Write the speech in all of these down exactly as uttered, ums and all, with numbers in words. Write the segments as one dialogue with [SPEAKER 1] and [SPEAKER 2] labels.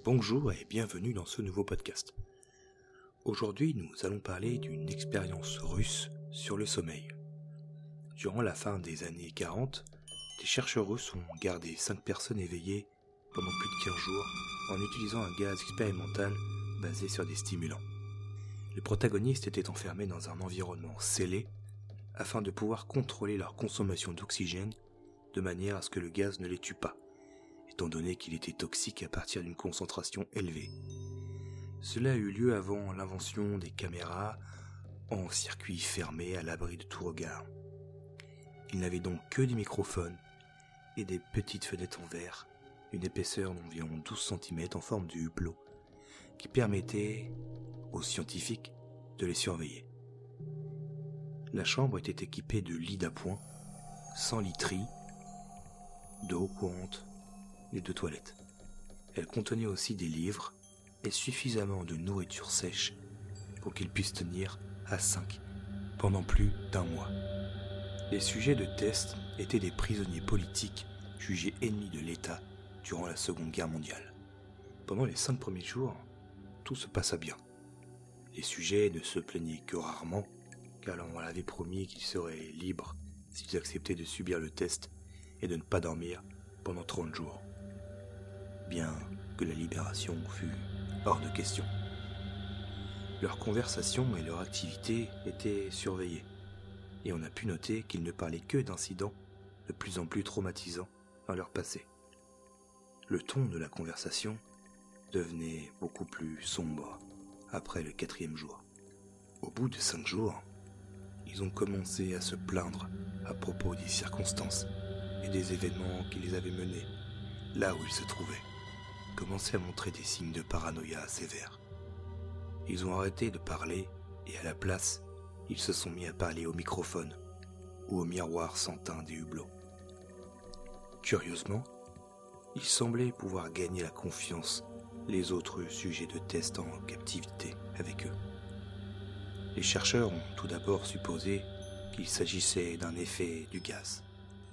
[SPEAKER 1] Bonjour et bienvenue dans ce nouveau podcast. Aujourd'hui, nous allons parler d'une expérience russe sur le sommeil. Durant la fin des années quarante, des chercheurs russes ont gardé cinq personnes éveillées pendant plus de quinze jours en utilisant un gaz expérimental basé sur des stimulants. Les protagonistes étaient enfermés dans un environnement scellé afin de pouvoir contrôler leur consommation d'oxygène de manière à ce que le gaz ne les tue pas, étant donné qu'il était toxique à partir d'une concentration élevée. Cela a eu lieu avant l'invention des caméras en circuit fermé à l'abri de tout regard. Il n'avait donc que des microphones et des petites fenêtres en verre, d'une épaisseur d'environ douze centimètres en forme de hublot, qui permettaient aux scientifiques de les surveiller. La chambre était équipée de lits d'appoint, sans literie, d'eau courante et de toilettes. Elle contenait aussi des livres et suffisamment de nourriture sèche pour qu'ils puissent tenir à cinq pendant plus d'un mois. Les sujets de test étaient des prisonniers politiques jugés ennemis de l'État durant la Seconde Guerre mondiale. Pendant les cinq premiers jours, tout se passa bien. Les sujets ne se plaignaient que rarement, car on leur avait promis qu'ils seraient libres s'ils acceptaient de subir le test et de ne pas dormir pendant trente jours. Bien que la libération fût hors de question. Leur conversation et leur activité étaient surveillées, et on a pu noter qu'ils ne parlaient que d'incidents de plus en plus traumatisants dans leur passé. Le ton de la conversation devenait beaucoup plus sombre après le quatrième jour. Au bout de cinq jours, ils ont commencé à se plaindre à propos des circonstances et des événements qui les avaient menés là où ils se trouvaient. Commençaient à montrer des signes de paranoïa sévères. Ils ont arrêté de parler et à la place, ils se sont mis à parler au microphone ou au miroir sans teint des hublots. Curieusement, ils semblaient pouvoir gagner la confiance les autres sujets de test en captivité avec eux. Les chercheurs ont tout d'abord supposé qu'il s'agissait d'un effet du gaz.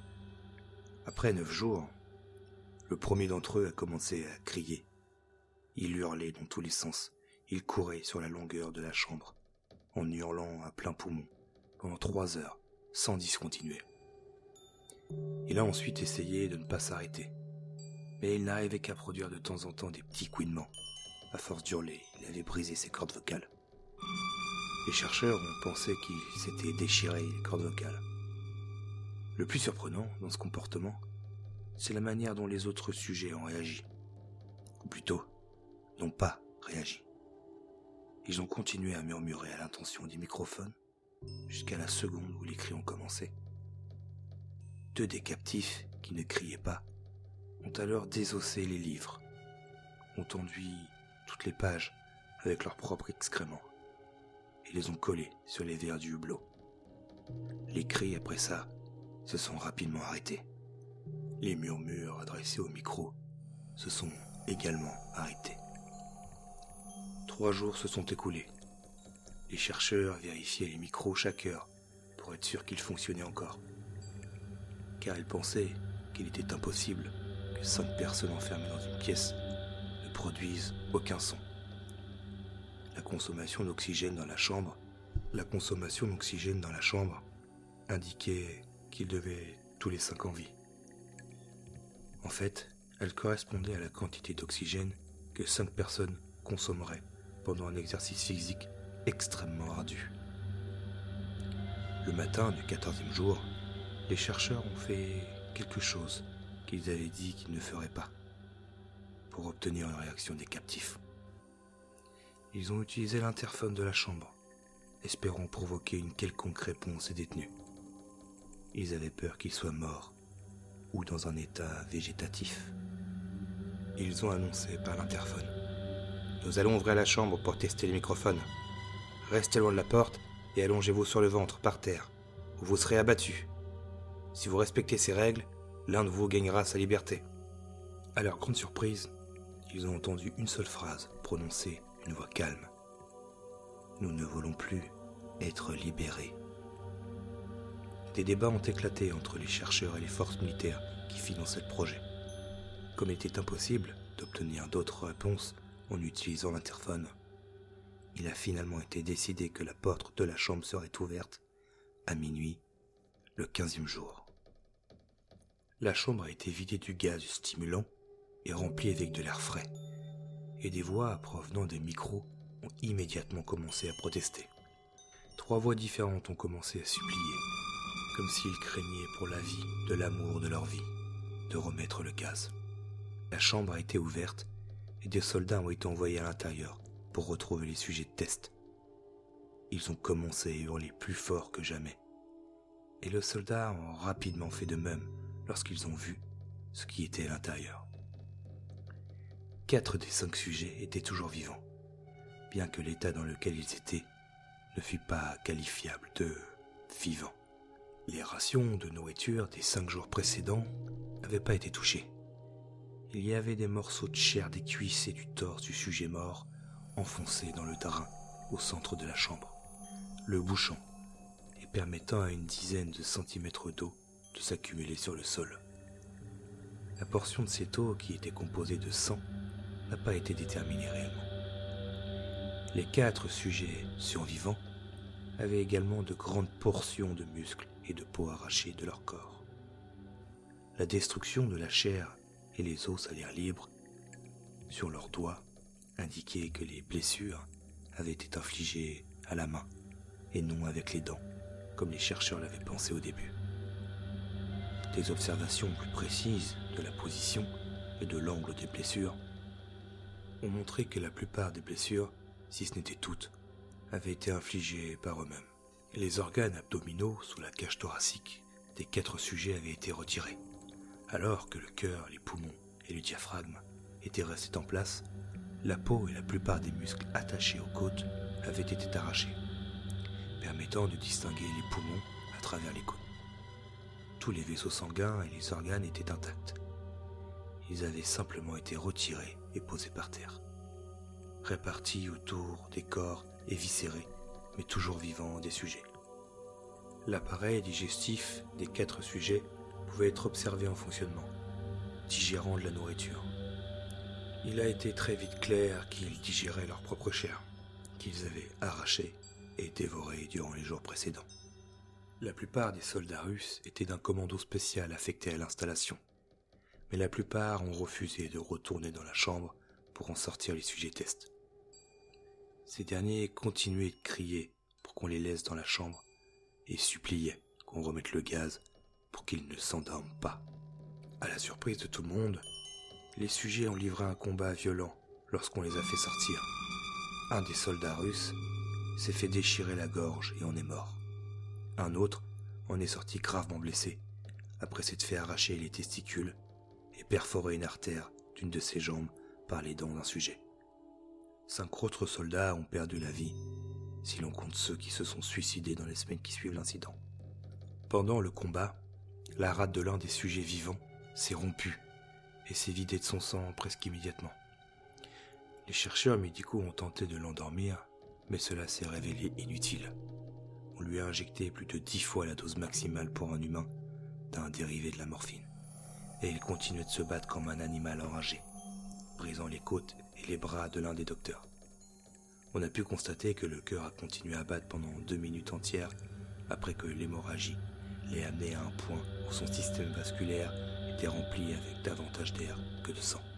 [SPEAKER 1] Après neuf jours, le premier d'entre eux a commencé à crier. Il hurlait dans tous les sens. Il courait sur la longueur de la chambre, en hurlant à plein poumon, pendant trois heures, sans discontinuer. Il a ensuite essayé de ne pas s'arrêter, mais il n'arrivait qu'à produire de temps en temps des petits couinements. À force d'hurler, il avait brisé ses cordes vocales. Les chercheurs ont pensé qu'il s'était déchiré les cordes vocales. Le plus surprenant dans ce comportement, c'est la manière dont les autres sujets ont réagi. Ou plutôt, n'ont pas réagi. Ils ont continué à murmurer à l'intention des microphones jusqu'à la seconde où les cris ont commencé. Deux des captifs, qui ne criaient pas, ont alors désossé les livres, ont enduit toutes les pages avec leurs propres excréments et les ont collés sur les verres du hublot. Les cris, après ça, se sont rapidement arrêtés. Les murmures adressés au micro se sont également arrêtés. Trois jours se sont écoulés. Les chercheurs vérifiaient les micros chaque heure pour être sûrs qu'ils fonctionnaient encore. Car ils pensaient qu'il était impossible que cinq personnes enfermées dans une pièce ne produisent aucun son. La consommation d'oxygène dans la chambre, la consommation d'oxygène dans la chambre indiquait qu'ils devaient tous les cinq en vie. En fait, elle correspondait à la quantité d'oxygène que cinq personnes consommeraient pendant un exercice physique extrêmement ardu. Le matin du quatorzième jour, les chercheurs ont fait quelque chose qu'ils avaient dit qu'ils ne feraient pas pour obtenir la réaction des captifs. Ils ont utilisé l'interphone de la chambre, espérant provoquer une quelconque réponse des détenus. Ils avaient peur qu'ils soient morts ou dans un état végétatif. Ils ont annoncé par l'interphone: « Nous allons ouvrir la chambre pour tester les microphones. Restez loin de la porte et allongez-vous sur le ventre, par terre, ou vous serez abattus. Si vous respectez ces règles, l'un de vous gagnera sa liberté. » À leur grande surprise, ils ont entendu une seule phrase prononcée d'une voix calme. « Nous ne voulons plus être libérés. » Des débats ont éclaté entre les chercheurs et les forces militaires qui finançaient le projet. Comme il était impossible d'obtenir d'autres réponses en utilisant l'interphone, il a finalement été décidé que la porte de la chambre serait ouverte à minuit, le quinzième jour. La chambre a été vidée du gaz stimulant et remplie avec de l'air frais, et des voix provenant des micros ont immédiatement commencé à protester. Trois voix différentes ont commencé à supplier, comme s'ils craignaient pour la vie, de l'amour de leur vie, de remettre le gaz. La chambre a été ouverte et des soldats ont été envoyés à l'intérieur pour retrouver les sujets de test. Ils ont commencé à hurler plus fort que jamais. Et les soldats ont rapidement fait de même lorsqu'ils ont vu ce qui était à l'intérieur. Quatre des cinq sujets étaient toujours vivants, bien que l'état dans lequel ils étaient ne fût pas qualifiable de vivant. Les rations de nourriture des cinq jours précédents n'avaient pas été touchées. Il y avait des morceaux de chair des cuisses et du torse du sujet mort enfoncés dans le drain au centre de la chambre, le bouchant et permettant à une dizaine de centimètres d'eau de s'accumuler sur le sol. La portion de cette eau, qui était composée de sang, n'a pas été déterminée réellement. Les quatre sujets survivants avaient également de grandes portions de muscles et de peau arrachées de leur corps. La destruction de la chair et les os à l'air libre sur leurs doigts indiquait que les blessures avaient été infligées à la main et non avec les dents, comme les chercheurs l'avaient pensé au début. Des observations plus précises de la position et de l'angle des blessures ont montré que la plupart des blessures, si ce n'était toutes, avaient été infligées par eux-mêmes. Les organes abdominaux sous la cage thoracique des quatre sujets avaient été retirés, alors que le cœur, les poumons et le diaphragme étaient restés en place. La peau et la plupart des muscles attachés aux côtes avaient été arrachés, permettant de distinguer les poumons à travers les côtes. Tous les vaisseaux sanguins et les organes étaient intacts. Ils avaient simplement été retirés et posés par terre, répartis autour des corps éviscérés, mais toujours vivants des sujets. L'appareil digestif des quatre sujets pouvait être observé en fonctionnement, digérant de la nourriture. Il a été très vite clair qu'ils digéraient leur propre chair, qu'ils avaient arrachée et dévorée durant les jours précédents. La plupart des soldats russes étaient d'un commando spécial affecté à l'installation, mais la plupart ont refusé de retourner dans la chambre pour en sortir les sujets tests. Ces derniers continuaient de crier pour qu'on les laisse dans la chambre et suppliaient qu'on remette le gaz pour qu'ils ne s'endorment pas. À la surprise de tout le monde, les sujets ont livré un combat violent lorsqu'on les a fait sortir. Un des soldats russes s'est fait déchirer la gorge et en est mort. Un autre en est sorti gravement blessé après s'être fait arracher les testicules et perforer une artère d'une de ses jambes par les dents d'un sujet. Cinq autres soldats ont perdu la vie, si l'on compte ceux qui se sont suicidés dans les semaines qui suivent l'incident. Pendant le combat, la rate de l'un des sujets vivants s'est rompue et s'est vidée de son sang presque immédiatement. Les chercheurs médicaux ont tenté de l'endormir, mais cela s'est révélé inutile. On lui a injecté plus de dix fois la dose maximale pour un humain d'un dérivé de la morphine, et il continuait de se battre comme un animal enragé, brisant les côtes et les bras de l'un des docteurs. On a pu constater que le cœur a continué à battre pendant deux minutes entières après que l'hémorragie l'ait amené à un point où son système vasculaire était rempli avec davantage d'air que de sang.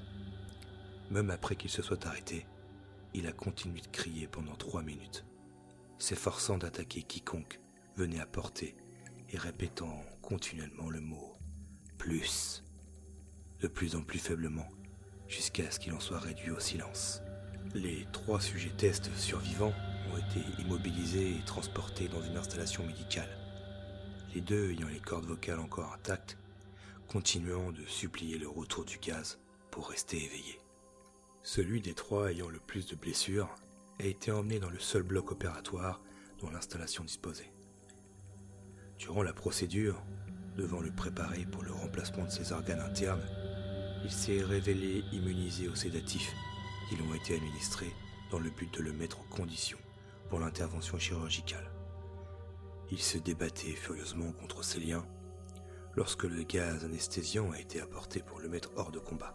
[SPEAKER 1] Même après qu'il se soit arrêté, il a continué de crier pendant trois minutes, s'efforçant d'attaquer quiconque venait à portée et répétant continuellement le mot « plus », de plus en plus faiblement, jusqu'à ce qu'il en soit réduit au silence. Les trois sujets tests survivants ont été immobilisés et transportés dans une installation médicale. Les deux ayant les cordes vocales encore intactes, continuant de supplier le retour du gaz pour rester éveillés. Celui des trois ayant le plus de blessures a été emmené dans le seul bloc opératoire dont l'installation disposait. Durant la procédure, devant le préparer pour le remplacement de ses organes internes, il s'est révélé immunisé aux sédatifs qui lui ont été administrés dans le but de le mettre en condition pour l'intervention chirurgicale. Il se débattait furieusement contre ses liens lorsque le gaz anesthésiant a été apporté pour le mettre hors de combat.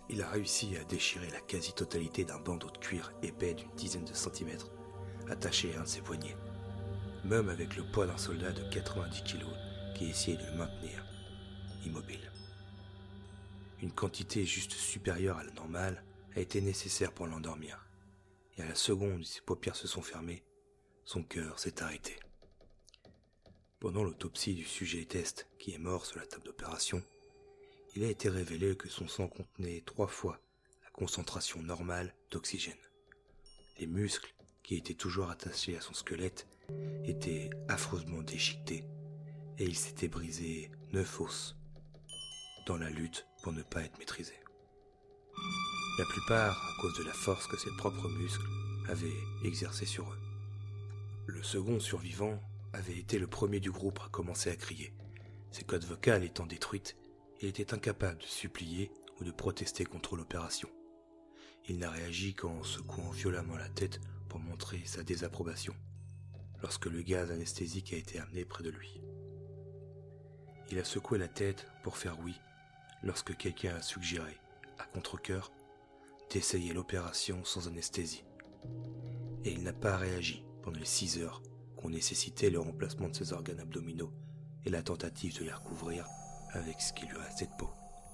[SPEAKER 1] Il a réussi à déchirer la quasi-totalité d'un bandeau de cuir épais d'une dizaine de centimètres attaché à un de ses poignets, même avec le poids d'un soldat de quatre-vingt-dix kilos qui essayait de le maintenir immobile. Une quantité juste supérieure à la normale a été nécessaire pour l'endormir, et à la seconde où ses paupières se sont fermées, son cœur s'est arrêté. Pendant l'autopsie du sujet test qui est mort sur la table d'opération, il a été révélé que son sang contenait trois fois la concentration normale d'oxygène. Les muscles, qui étaient toujours attachés à son squelette, étaient affreusement déchiquetés et il s'était brisé neuf os dans la lutte pour ne pas être maîtrisé. La plupart à cause de la force que ses propres muscles avaient exercée sur eux. Le second survivant avait été le premier du groupe à commencer à crier. Ses cordes vocales étant détruites, il était incapable de supplier ou de protester contre l'opération. Il n'a réagi qu'en secouant violemment la tête pour montrer sa désapprobation, lorsque le gaz anesthésique a été amené près de lui. Il a secoué la tête pour faire oui, lorsque quelqu'un a suggéré, à contre-cœur, d'essayer l'opération sans anesthésie. Et il n'a pas réagi pendant les six heures qu'ont nécessité le remplacement de ses organes abdominaux et la tentative de les recouvrir avec ce qui lui restait de peau.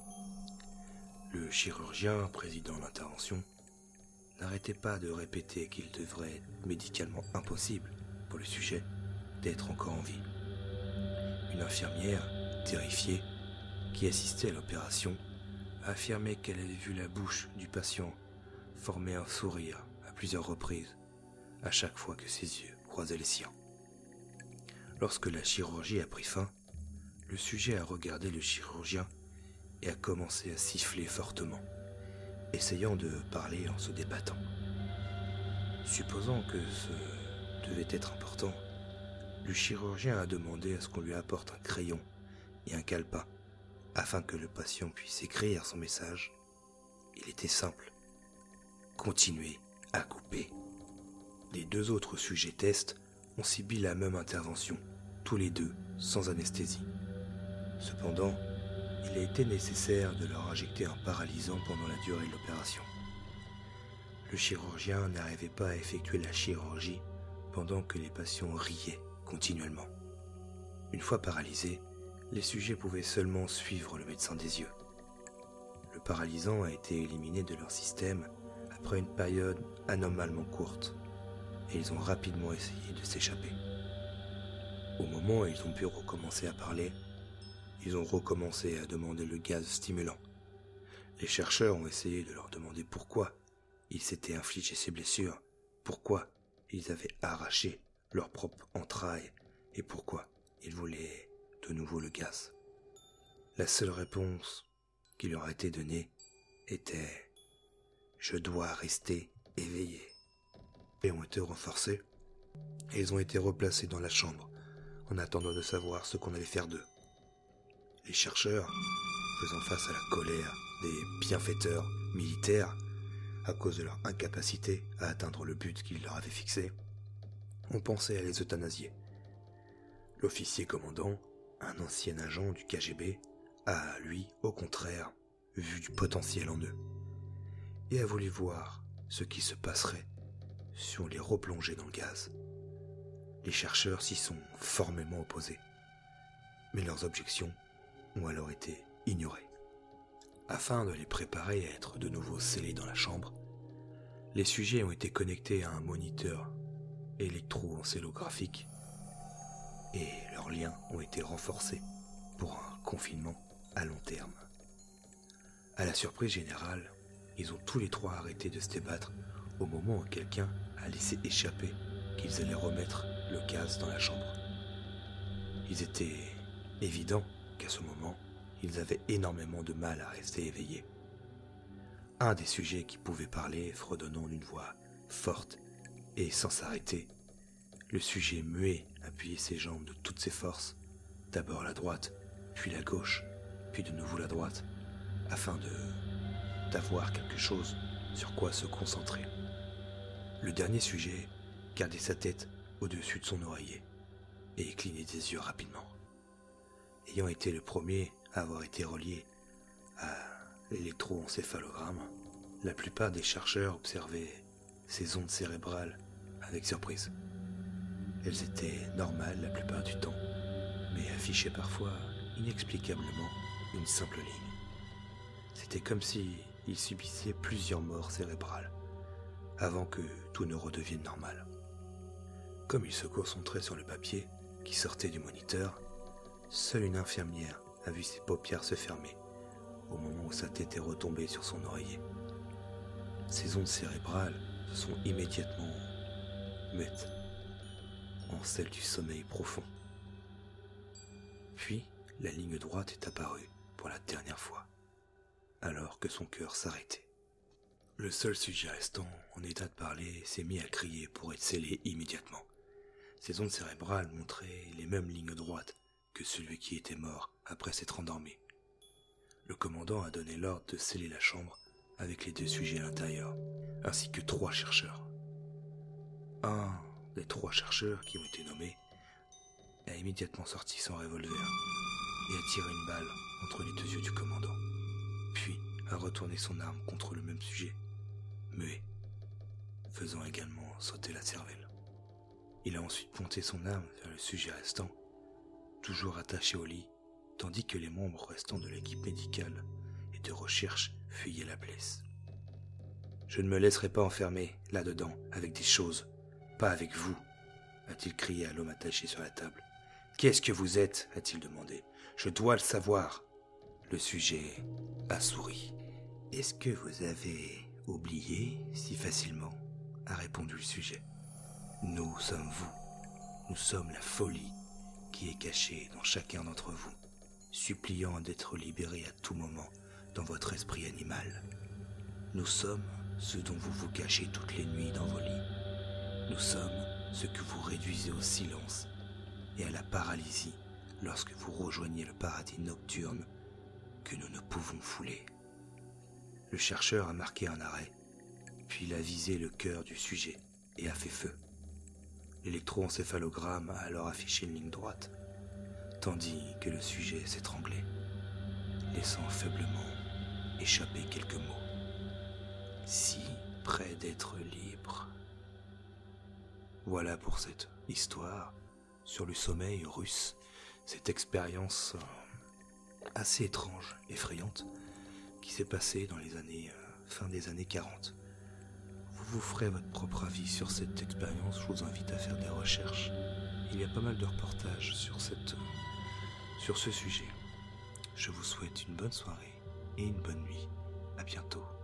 [SPEAKER 1] Le chirurgien présidant l'intervention n'arrêtait pas de répéter qu'il devrait être médicalement impossible pour le sujet d'être encore en vie. Une infirmière, terrifiée, qui assistait à l'opération, a affirmé qu'elle avait vu la bouche du patient former un sourire à plusieurs reprises, à chaque fois que ses yeux croisaient les siens. Lorsque la chirurgie a pris fin, le sujet a regardé le chirurgien et a commencé à siffler fortement, essayant de parler en se débattant. Supposant que ce devait être important, le chirurgien a demandé à ce qu'on lui apporte un crayon et un calepin afin que le patient puisse écrire son message. Il était simple. Continuez à couper. Les deux autres sujets tests ont subi la même intervention, tous les deux sans anesthésie. Cependant, il a été nécessaire de leur injecter un paralysant pendant la durée de l'opération. Le chirurgien n'arrivait pas à effectuer la chirurgie pendant que les patients riaient continuellement. Une fois paralysés, les sujets pouvaient seulement suivre le médecin des yeux. Le paralysant a été éliminé de leur système après une période anormalement courte, et ils ont rapidement essayé de s'échapper. Au moment où ils ont pu recommencer à parler, ils ont recommencé à demander le gaz stimulant. Les chercheurs ont essayé de leur demander pourquoi ils s'étaient infligés ces blessures, pourquoi ils avaient arraché leurs propres entrailles et pourquoi ils voulaient de nouveau le gaz. La seule réponse qui leur a été donnée était « Je dois rester éveillé ». Ils ont été renforcés et ils ont été replacés dans la chambre en attendant de savoir ce qu'on allait faire d'eux. Les chercheurs, faisant face à la colère des bienfaiteurs militaires à cause de leur incapacité à atteindre le but qu'ils leur avaient fixé, ont pensé à les euthanasier. L'officier commandant, un ancien agent du K G B, a, lui, au contraire, vu du potentiel en eux et a voulu voir ce qui se passerait si on les replongeait dans le gaz. Les chercheurs s'y sont formellement opposés, mais leurs objections ont alors été ignorées. Afin de les préparer à être de nouveau scellés dans la chambre, les sujets ont été connectés à un moniteur électroencélographique et leurs liens ont été renforcés pour un confinement à long terme. À la surprise générale, ils ont tous les trois arrêté de se débattre au moment où quelqu'un a laissé échapper qu'ils allaient remettre le gaz dans la chambre. Il était évident qu'à ce moment, ils avaient énormément de mal à rester éveillés. Un des sujets qui pouvait parler fredonnant d'une voix forte et sans s'arrêter, le sujet muet appuyait ses jambes de toutes ses forces, d'abord la droite, puis la gauche, puis de nouveau la droite, afin de d'avoir quelque chose sur quoi se concentrer. Le dernier sujet gardait sa tête au-dessus de son oreiller et clignait des yeux rapidement. Ayant été le premier à avoir été relié à l'électroencéphalogramme, la plupart des chercheurs observaient ces ondes cérébrales avec surprise. Elles étaient normales la plupart du temps, mais affichaient parfois, inexplicablement, une simple ligne. C'était comme s'ils subissaient plusieurs morts cérébrales, avant que tout ne redevienne normal. Comme il se concentrait sur le papier qui sortait du moniteur, seule une infirmière a vu ses paupières se fermer au moment où sa tête est retombée sur son oreiller. Ces ondes cérébrales se sont immédiatement muettes en celles du sommeil profond. Puis, la ligne droite est apparue pour la dernière fois, alors que son cœur s'arrêtait. Le seul sujet restant en état de parler s'est mis à crier pour être scellé immédiatement. Ces ondes cérébrales montraient les mêmes lignes droites que celui qui était mort après s'être endormi. Le commandant a donné l'ordre de sceller la chambre avec les deux sujets à l'intérieur, ainsi que trois chercheurs. Un des trois chercheurs qui ont été nommés a immédiatement sorti son revolver et a tiré une balle entre les deux yeux du commandant, puis a retourné son arme contre le même sujet, muet, faisant également sauter la cervelle. Il a ensuite pointé son arme vers le sujet restant, toujours attaché au lit, tandis que les membres restants de l'équipe médicale et de recherche fuyaient la place. « Je ne me laisserai pas enfermer là-dedans avec des choses, pas avec vous », a-t-il crié à l'homme attaché sur la table. « Qu'est-ce que vous êtes » a-t-il demandé. « Je dois le savoir. » Le sujet a souri. « Est-ce que vous avez oublié si facilement » a répondu le sujet. « Nous sommes vous. Nous sommes la folie qui est cachée dans chacun d'entre vous, suppliant d'être libéré à tout moment dans votre esprit animal. Nous sommes ce dont vous vous cachez toutes les nuits dans vos lits. Nous sommes ce que vous réduisez au silence et à la paralysie lorsque vous rejoignez le paradis nocturne que nous ne pouvons fouler. » Le chercheur a marqué un arrêt, puis il a visé le cœur du sujet et a fait feu. L'électroencéphalogramme a alors affiché une ligne droite, tandis que le sujet s'étranglait, laissant faiblement échapper quelques mots. Si près d'être libre. Voilà pour cette histoire sur le sommeil russe, cette expérience assez étrange, effrayante, qui s'est passée dans les années, euh, fin des années quarante. Vous vous ferez votre propre avis sur cette expérience, je vous invite à faire des recherches. Il y a pas mal de reportages sur, cette, sur ce sujet. Je vous souhaite une bonne soirée et une bonne nuit. À bientôt.